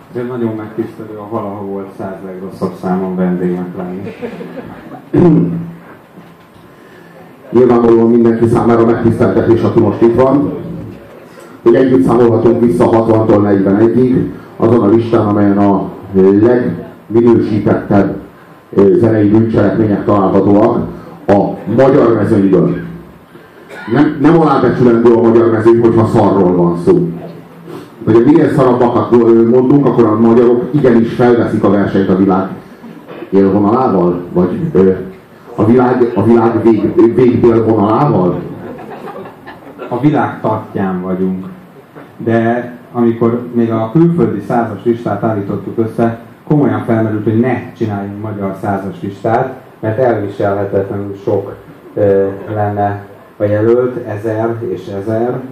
Ez nagyon megtisztelő, a valaha volt 100 legrosszabb számon vendégnek lenni. Nyilvánvalóan mindenki számára megtiszteltetés, aki most itt van, hogy együtt számolhatunk vissza 60-tól 41-ig, azon a listán, amelyen a legminősítettebb zenei bűncselekmények találhatóak a magyar mezőnyből. Nem alábecsülendő a magyar mezőny, hogyha szarról van szó. Hogy minél szarabbakat mondunk, akkor a magyarok igenis felveszik a versenyt a világ élvonalával? Vagy a világ végbélvonalával? A világ tartján vagyunk. De amikor még a külföldi 100-as listát állítottuk össze, komolyan felmerült, hogy ne csináljunk magyar 100-as listát, mert elviselhetetlenül sok lenne a jelölt, 1000 és 1000.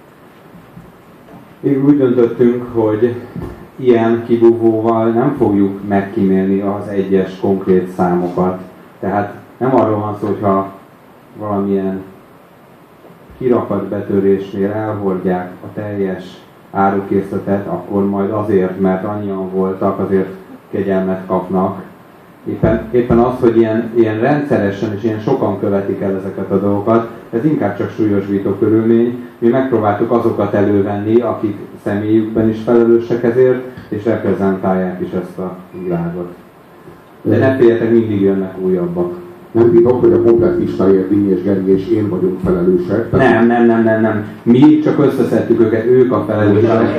Még úgy döntöttünk, hogy ilyen kibúvóval nem fogjuk megkímélni az egyes konkrét számokat. Tehát nem arról van szó, hogyha valamilyen kirakatbetörésnél elhordják a teljes árukészletet, akkor majd azért, mert annyian voltak, azért kegyelmet kapnak. Éppen az, hogy ilyen rendszeresen és ilyen sokan követik el ezeket a dolgokat, ez inkább csak súlyosbító körülmény. Mi megpróbáltuk azokat elővenni, akik személyükben is felelősek ezért, és reprezentálják is ezt a világot. De ne féljetek, mindig jönnek újabbak. Nem titok, hogy a komplett listáért Dini és Geri és én vagyunk felelősek. Nem. Mi csak összeszedtük őket, ők a felelősek.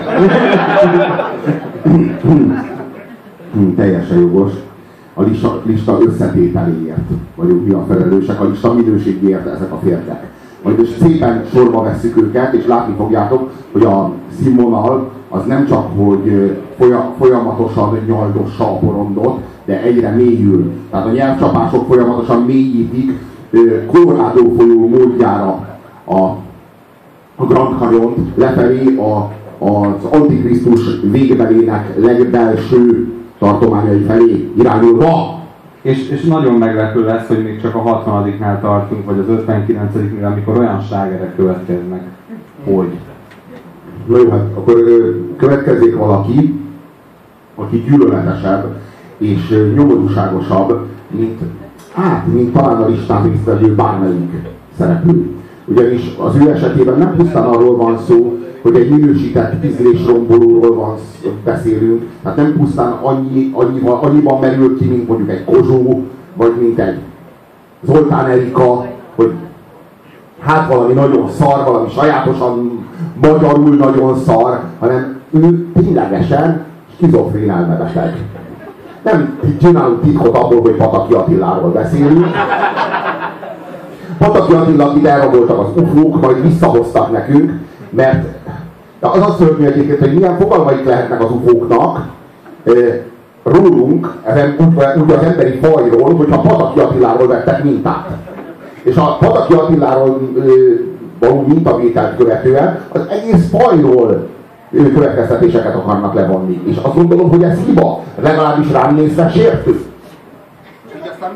Teljesen jogos. A lista összetételéért vagyunk mi a felelősek, a lista minőségéért ezek a férgek. Majd is szépen sorba vesszük őket, és látni fogjátok, hogy a színvonal az nem csak, hogy folyamatosan nyaldossa a porondot, de egyre mélyül. Tehát a nyelvcsapások folyamatosan mélyítik Colorado folyó módjára a Grand Canyon lefelé az Antikrisztus végbelének legbelső tartományai felé irányulva. És nagyon meglepő lesz, hogy még csak a 60-nál tartunk, vagy az 59-nél, amikor olyan slágerek következnek. Hogy? Na jó, hát akkor következzék valaki, aki gyűlöletesebb és nyomorúságosabb, mint talán a listán résztvevő bármelyik szereplő. Ugyanis az ő esetében nem pusztán arról van szó, hogy egy minősített ízlésrombolóról beszélünk, tehát nem pusztán annyiban merül ki, mint mondjuk egy Kozsó, vagy mint egy Zoltán Erika, hogy hát valami nagyon szar, valami sajátosan magyarul nagyon szar, hanem ő ténylegesen skizofrén elmebeteg. Nem csinálunk titkot abból, hogy Pataki Attiláról beszélünk. Pataki Attila, akit elraboltak az ufók, majd visszahoztak nekünk, mert az azt szörnyű egyébként, hogy milyen fogalmaik lehetnek az ufóknak rólunk, úgy az emberi fajról, hogyha Pataki Attiláról vettek mintát. És a Pataki Attiláról való mintavételt követően az egész fajról következtetéseket akarnak levonni. És azt gondolom, hogy ez hiba, legalábbis rám nézve sértő. És aztán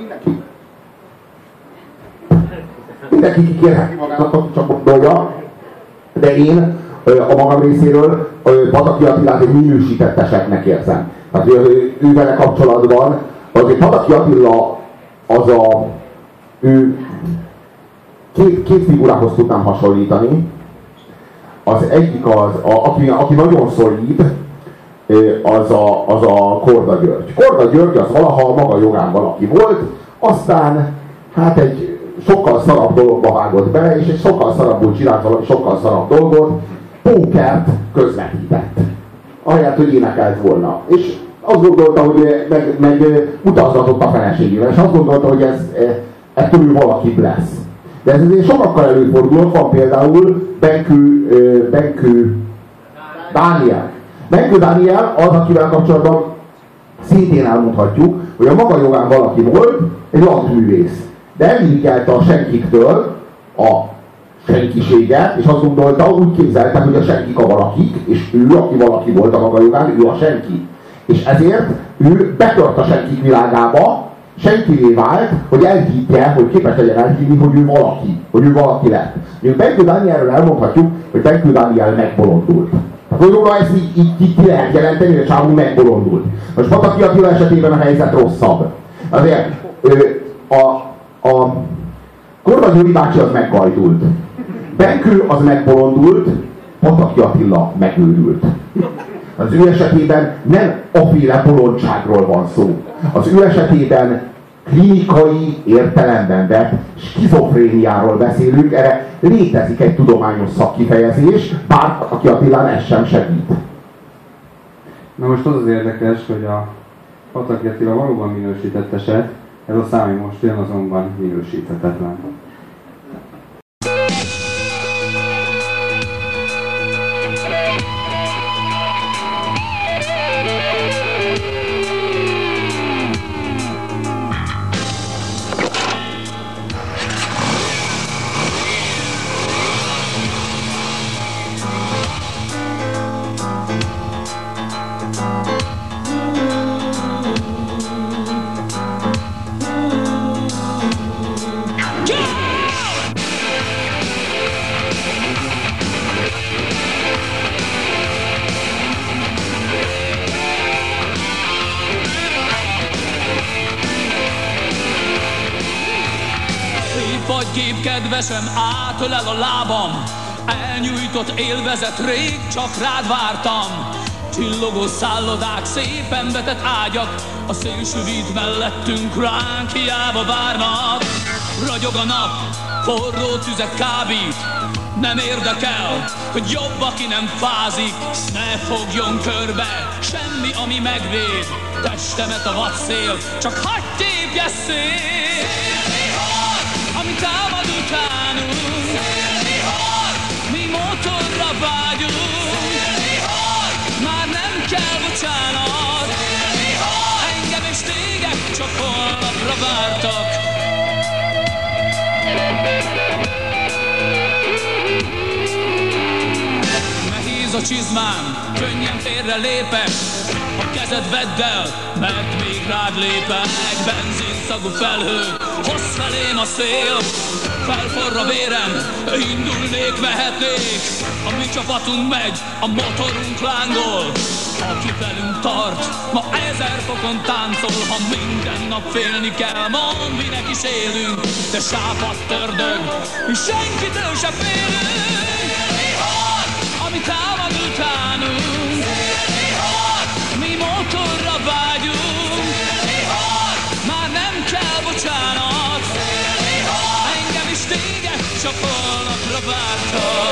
mindenki kikérheti magának, csak gondolja, de én a magam részéről Pataki Attilát egy minősítetteseknek érzem. Tehát ő vele kapcsolatban, azért Pataki Attila az két figurához tudnám hasonlítani. Az egyik aki nagyon szolid, az a Korda György. Korda György az valaha a maga jogán valaki volt, aztán hát egy sokkal szarabb dologba vágott bele, és egy sokkal szarabbul csinált valami sokkal szarabb dolgot, pókert közvetített. Ahelyett, hogy énekelt volna. És azt gondolta, hogy meg utazgatott a feleségével, és azt gondolta, hogy ettől ő valakibb lesz. De ez azért sokakkal előfordul, van például Benkő Dániel. Benkő Dániel az, akivel kapcsolatban szintén elmondhatjuk, hogy a maga jogán valaki volt, egy landművész. De elirigyelte a senkiktől a senkiséget, és azt gondolta, úgy képzelte, hogy a senkik a valakik, és ő, aki valaki volt a maga jogán, ő a senki. És ezért ő betört a senkik világába, senkivé vált, hogy elhiggye, hogy képes legyen elhinni, hogy ő valaki lett. Még Benkő Dánielről elmondhatjuk, hogy Benkő Dániel megbolondult. róla ezt így ki lehet jelenteni, hogy a csávó megbolondult. Most Pataki Attila esetében a helyzet rosszabb. Azért a Korda Gyuri bácsi az meggajdult. Benkő az megbolondult, Pataki Attila megőrült. Az ő esetében nem aféle bolondságról van szó. Az ő esetében klinikai értelemben vett skizofréniáról beszélünk, erre létezik egy tudományos szakkifejezés, bár Pataki Attilán ez sem segít. Na most az érdekes, hogy a Pataki Attila valóban minősített eset, ez a szám, ami most jön, azonban minősíthetetlen. Gép kedvesem, átölel a lábam, elnyújtott élvezet, rég csak rád vártam. Csillogó szállodák, szépen betett ágyak, a szél süvít mellettünk, ránk hiába várnak. Ragyog a nap, forró tüzet kábít, nem érdekel, hogy jobb, aki nem fázik. Ne fogjon körbe semmi, ami megvéd testemet a vadszél, csak hagyd tépje szét. Ami támad utánunk, mi motorra vágyunk, már nem kell bocsánat, engem és téged csak holnapra vártak. Nehéz a csizmám, könnyen félre lépek, a kezed vedd el, mert még rád lépek. Benzinszagú felhő, hozz felém a szél, felforr a vérem, indulnék, mehetnék. A mi csapatunk megy, a motorunk lángol, aki velünk tart, ma 1000 fokon táncol. Ha minden nap félni kell, mondd, minek is élünk, de sápadt ördög, mi senkitől se félünk. Ami támad utánunk, mi motorra vágyunk, már nem kell bocsánat, engem is téged csak holnapra vártak.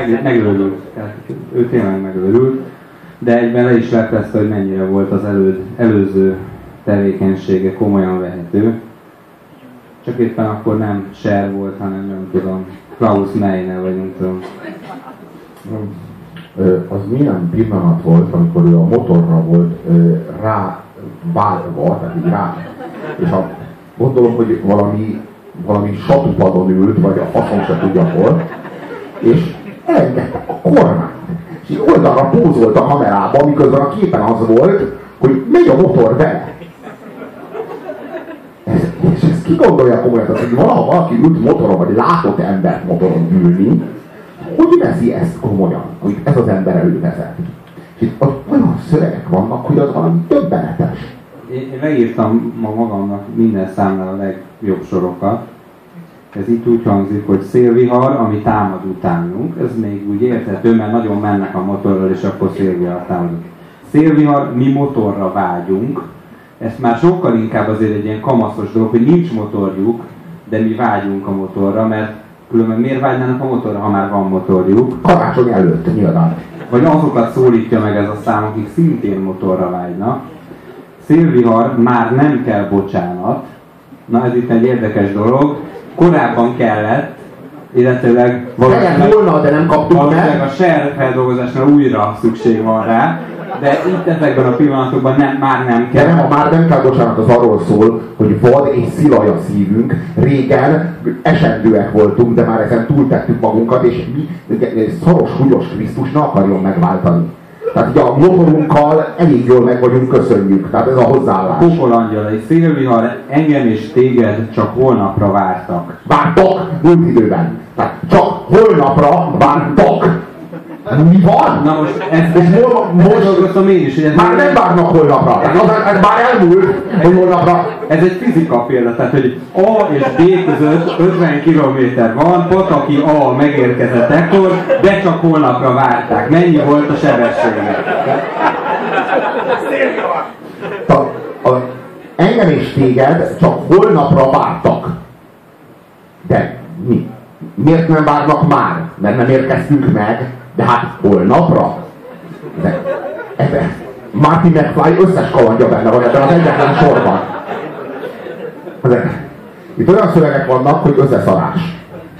megőrült. Ő tényleg megőrült, de egyben le is leplezte, hogy mennyire volt az előző tevékenysége komolyan vehető. Csak éppen akkor nem Cher volt, hanem nem tudom, Klaus Meine, vagy nem tudom. Az milyen pillanat volt, amikor ő a motorra volt rávágva, tehát így rá, és gondolom, hogy valami satupadon ült, vagy a faszom se tudja hol, és elengedte a kormányt. És oldalra pózolt a kamerában, miközben a képen az volt, hogy megy a motor vele. És ezt ki gondolja komolyan, hogy valaha valaki ült motoron, vagy látott embert motoron ülni, hogy veszi ezt komolyan, hogy ez az ember elővezet. És itt olyan szövegek vannak, hogy az valami döbbenetes. Én megírtam ma magamnak minden számnál a legjobb sorokat. Ez itt úgy hangzik, hogy szélvihar, ami támad utánunk. Ez még úgy érthető, mert nagyon mennek a motorral, és akkor szélvihar támadunk. Szélvihar, mi motorra vágyunk. Ez már sokkal inkább azért egy ilyen kamaszos dolog, hogy nincs motorjuk, de mi vágyunk a motorra, mert különben miért vágynának a motorra, ha már van motorjuk? Karácsony előtt nyilván. Vagy azokat szólítja meg ez a szám, akik szintén motorra vágynak. Szélvihar, már nem kell bocsánat. Na ez itt egy érdekes dolog. Korábban kellett, illetőleg valószínűleg a Cher feldolgozásnál újra szükség van rá, de itt ezekben a pillanatokban már nem kell. De nem, a már nem kell bocsánat, az arról szól, hogy vad és szilaj a szívünk. Régen esendőek voltunk, de már ezen túltettük magunkat, és mi szaros, húgyos Krisztus ne akarjon megváltani. Tehát ugye a motorunkkal elég jól meg vagyunk, köszönjük. Tehát ez a hozzáállás. Pókolangyalai, szélvihar, engem és téged csak holnapra vártak. Vártak múlt időben. Tehát csak holnapra vártak. Mi van? Na most most dolgoztam én is, hogy ez már nem várnak holnapra. Ez már elmúlt, hogy holnapra. Ez egy fizika példa, tehát hogy A és B között 50 km van, Pataki A megérkezett ekkor, de csak holnapra várták. Mennyi volt a sebessége? Engem és téged csak holnapra vártak. De mi? Miért nem várnak már? Mert nem érkeztünk meg. De hát holnapra? Marty McFly összes kalandja benne van ebben az egyetlen sorban. Itt olyan szövegek vannak, hogy összeszarás.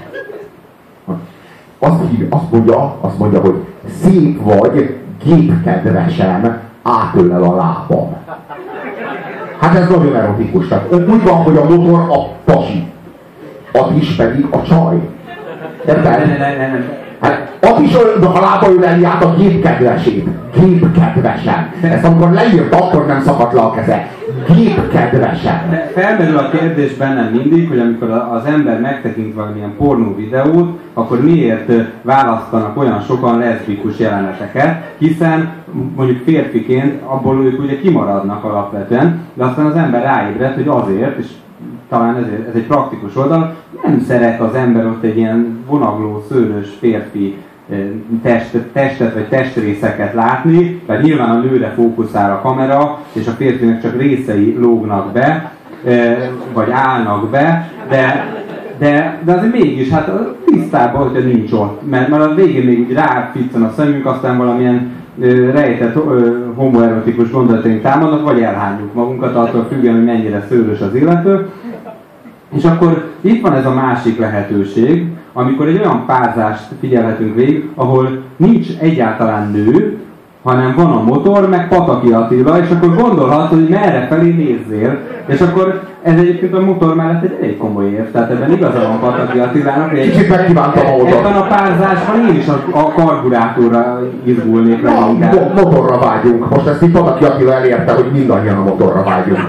Azt mondja, hogy szép vagy, gépkedvesen átölel a lábam. Hát ez nagyon erotikus. Tehát úgy van, hogy a motor a pasi. Az is pedig a csaj. Érted? Hát az is a lába öleli át a gépkedvesét. Gépkedvesen. Ezt amikor leírta, akkor nem szakadt le a keze. Gépkedvesen. Felmerül a kérdés bennem mindig, hogy amikor az ember megtekint valamilyen pornó videót, akkor miért választanak olyan sokan leszbikus jeleneteket, hiszen mondjuk férfiként abból ők ugye kimaradnak alapvetően, de aztán az ember ráébred, hogy azért, és talán ez egy praktikus oldal, nem szeret az ember ott egy ilyen vonagló, szőrös férfi testet vagy testrészeket látni, mert nyilván a nőre fókuszál a kamera, és a férfinek csak részei lógnak be, vagy állnak be, de azért mégis, hát tisztában, hogyha nincs ott, mert a végén még úgy ráficcan a szemünk, aztán valamilyen rejtett homoerotikus gondolataink támadnak, vagy elhányjuk magunkat, attól függően, hogy mennyire szőrös az illető. És akkor itt van ez a másik lehetőség, amikor egy olyan párzást figyelhetünk végig, ahol nincs egyáltalán nő, hanem van a motor, meg Pataki Attila, és akkor gondolhatod, hogy merre felé nézzél, és akkor ez egyébként a motor mellett egy elég komoly érv, tehát ebben igaza van Pataki Attilának, hogy kicsit megkívántam a motor. Ebben a párzásban én is a karburátorra izgulnék leginkább. Motorra vágyunk. Most ezt így Pataki Attila elérte, hogy mindannyian a motorra vágyunk.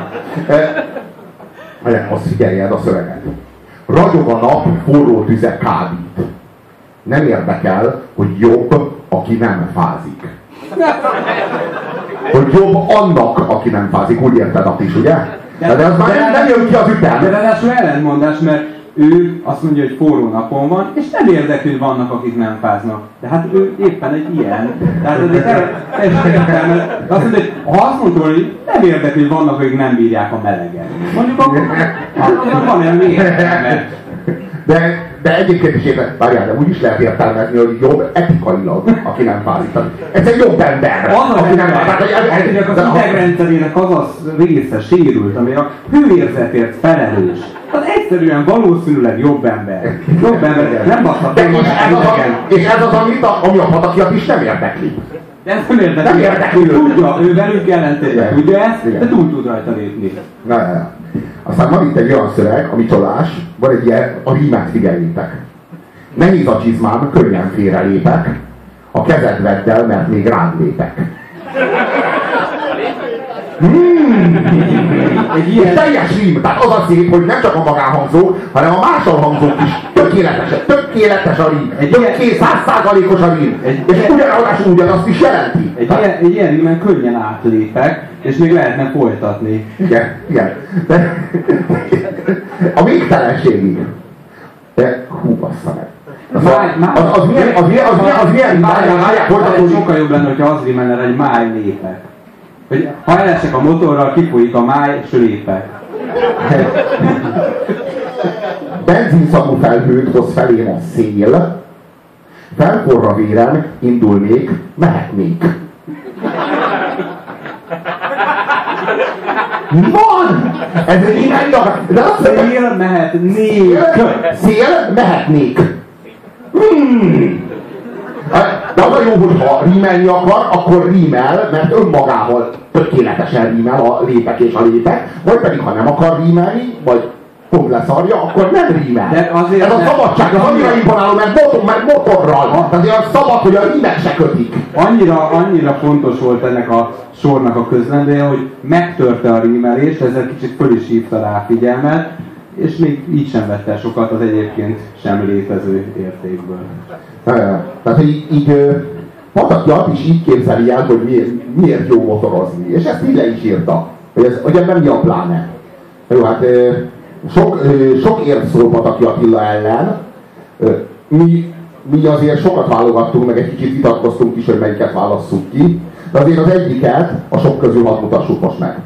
Azt figyeljed a szöveget. Ragyog a nap, forró tüze kábít. Nem érdekel, hogy jobb, aki nem fázik. Hogy jobb annak, aki nem fázik. Úgy érted azt is, ugye? De az már nem jön ki az ütem. De ráadásul ellentmondás, mert ő azt mondja, hogy forró napon van, és nem érdekli, hogy vannak, akik nem fáznak. De hát ő éppen egy ilyen. Tehát ez azt mondja, hogy ha azt mondta, hogy nem érdekli, hogy vannak, akik nem bírják a meleget. Mondjuk akkor van olyan értelme. De egyébként is várjál, de úgy is lehet értelmezni, hogy jobb etikailag, aki nem fázik. Ez egy jobb ember, aki nem fázik. Az idegrendszerének az a része sérült, ami a hőérzetért felelős. Az egyszerűen valószínűleg jobb ember. Jobb ember, nem baszhat meg magát idegen. És ez az, ami a Patakiat is nem érdekli. De ez nem érdekli. Tudja, ő velünk ellentétben tudja ezt, de túl tud rajta lépni. Na. Aztán van itt egy olyan szöveg, ami csalás, van egy ilyen, a rímet figyeljétek. Nehéz a csizmám, könnyen félrelépek, a kezed vedd el, mert még rád lépek. És teljes rím, tehát az a szép, hogy nem csak a magánhangzó, hanem a máshol hangzók is tökéletes a rím, 100%-os a rím, és ugyanaz ugyanazt is jelenti. Egy ilyen rímen könnyen átlépek, és még lehetne folytatni. Igen. De a végtelenségig. De hú, bassza meg. Az milyen folytatódik? Sokkal jobb lenne, hogyha az rímenne, hogy máj lépek. Hogy ha elesek a motorral, kifolyik a máj, és lépek. Benzinszagú felhőt hoz felém a szél, felforra vérem, indulnék, mehetnék. Mi van? Ez szél mehetnék. Szél mehetnék. De az a jó, hogy ha rímelni akar, akkor rímel, mert önmagával tökéletesen rímel a lépek és a lépek, vagy pedig ha nem akar rímelni, vagy pont leszarja, akkor nem rímel. Ez a szabadság, az annyira imponáló, mert motorral. Tehát olyan szabad, hogy a rímek se kötik. Annyira fontos volt ennek a sornak a közlendője, hogy megtörte a rímelést, ezzel kicsit föl is hívta rá figyelmet, és még így sem vette el sokat az egyébként sem létező értékből. Tehát, hogy így Patakiat is így képzeli el, hogy miért jó motorozni. És ezt így le is írta, hogy ebben mi a pláne. Jó, hát sok érv szól Pataki Attila ellen. Mi azért sokat válogattunk, meg egy kicsit vitatkoztunk is, hogy melyiket válasszuk ki. De azért az egyiket a sok közül hadd mutassuk most meg.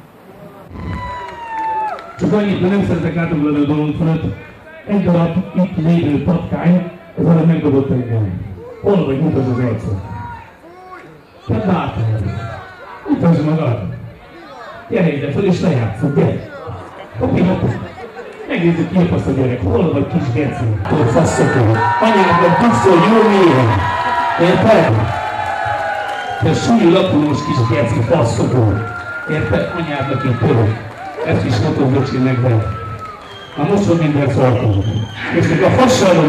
Csak annyit, mert nem szeretek átugolni a dolgok fölött. Egy darab itt lévő patkány, ez arra megdobott engem. Hol vagy, mutasd az arcot. Te bátran. Mutasd magad. Gyere ide föl és lejátszod, gyere. Hopi. Megnézzük ki azt a gyerek. Hol vagy, kis geci? Hogy faszokol. Anyádnak puszol, jól néven. Érted? Te súlyú lapulós kis geci, faszokol. Érted? Anyádnak én török. Ezt is motorbocsin meg be. Na most van minden szarkod. És még a fassalról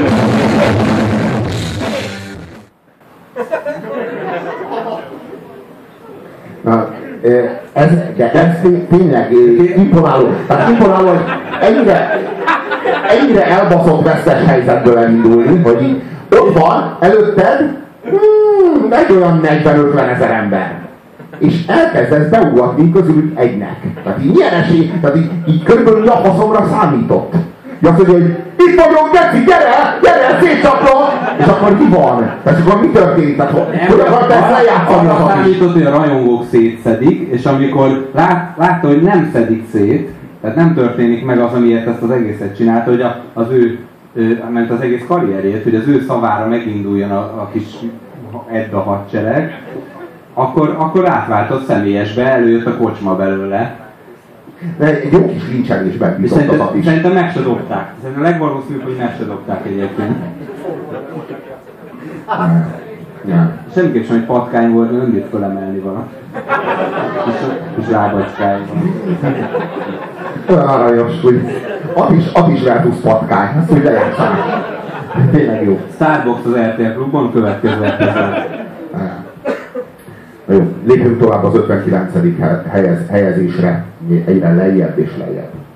Na, ez tényleg imponáló. Tehát imponáló, hogy ennyire elbaszott vesztes helyzetből elindulni, hogy így ott van előtted egy olyan 40-50 ezer ember. És elkezdesz beugatni közülük egynek. Tehát így milyen esély, tehát így körülbelül a faszomra számított. Azt mondja, hogy itt vagyok, Geci, gyere, szétcsapra! És akkor mi van? Tehát akkor mi történik? Tehát hogy akart ezt lejátszani az is? Számított, hogy a rajongók szétszedik, és amikor látta, hogy nem szedik szét, tehát nem történik meg az, amiért ezt az egészet csinálta, hogy ment az egész karrierjét, hogy az ő szavára meginduljon a kis Edda hadsereg, akkor átváltott személyesbe, előjött a kocsma belőle. De egy jó kis lincselésben bízottat is. Szerintem meg se dobták. Szerintem a legvalószínűbb, hogy meg se dobták egyébként. Semmiképp sem egy patkány volt, nem bírt fölemelni valamit. És rábacskány van. Olyan aranyos, hogy Atis versus patkány, azt hogy lejátszani. Tényleg jó. Starbox az RTL Klubban, következő epizód. Jó, lépjünk tovább az 59. helyezésre, egyre lejjebb és lejjebb.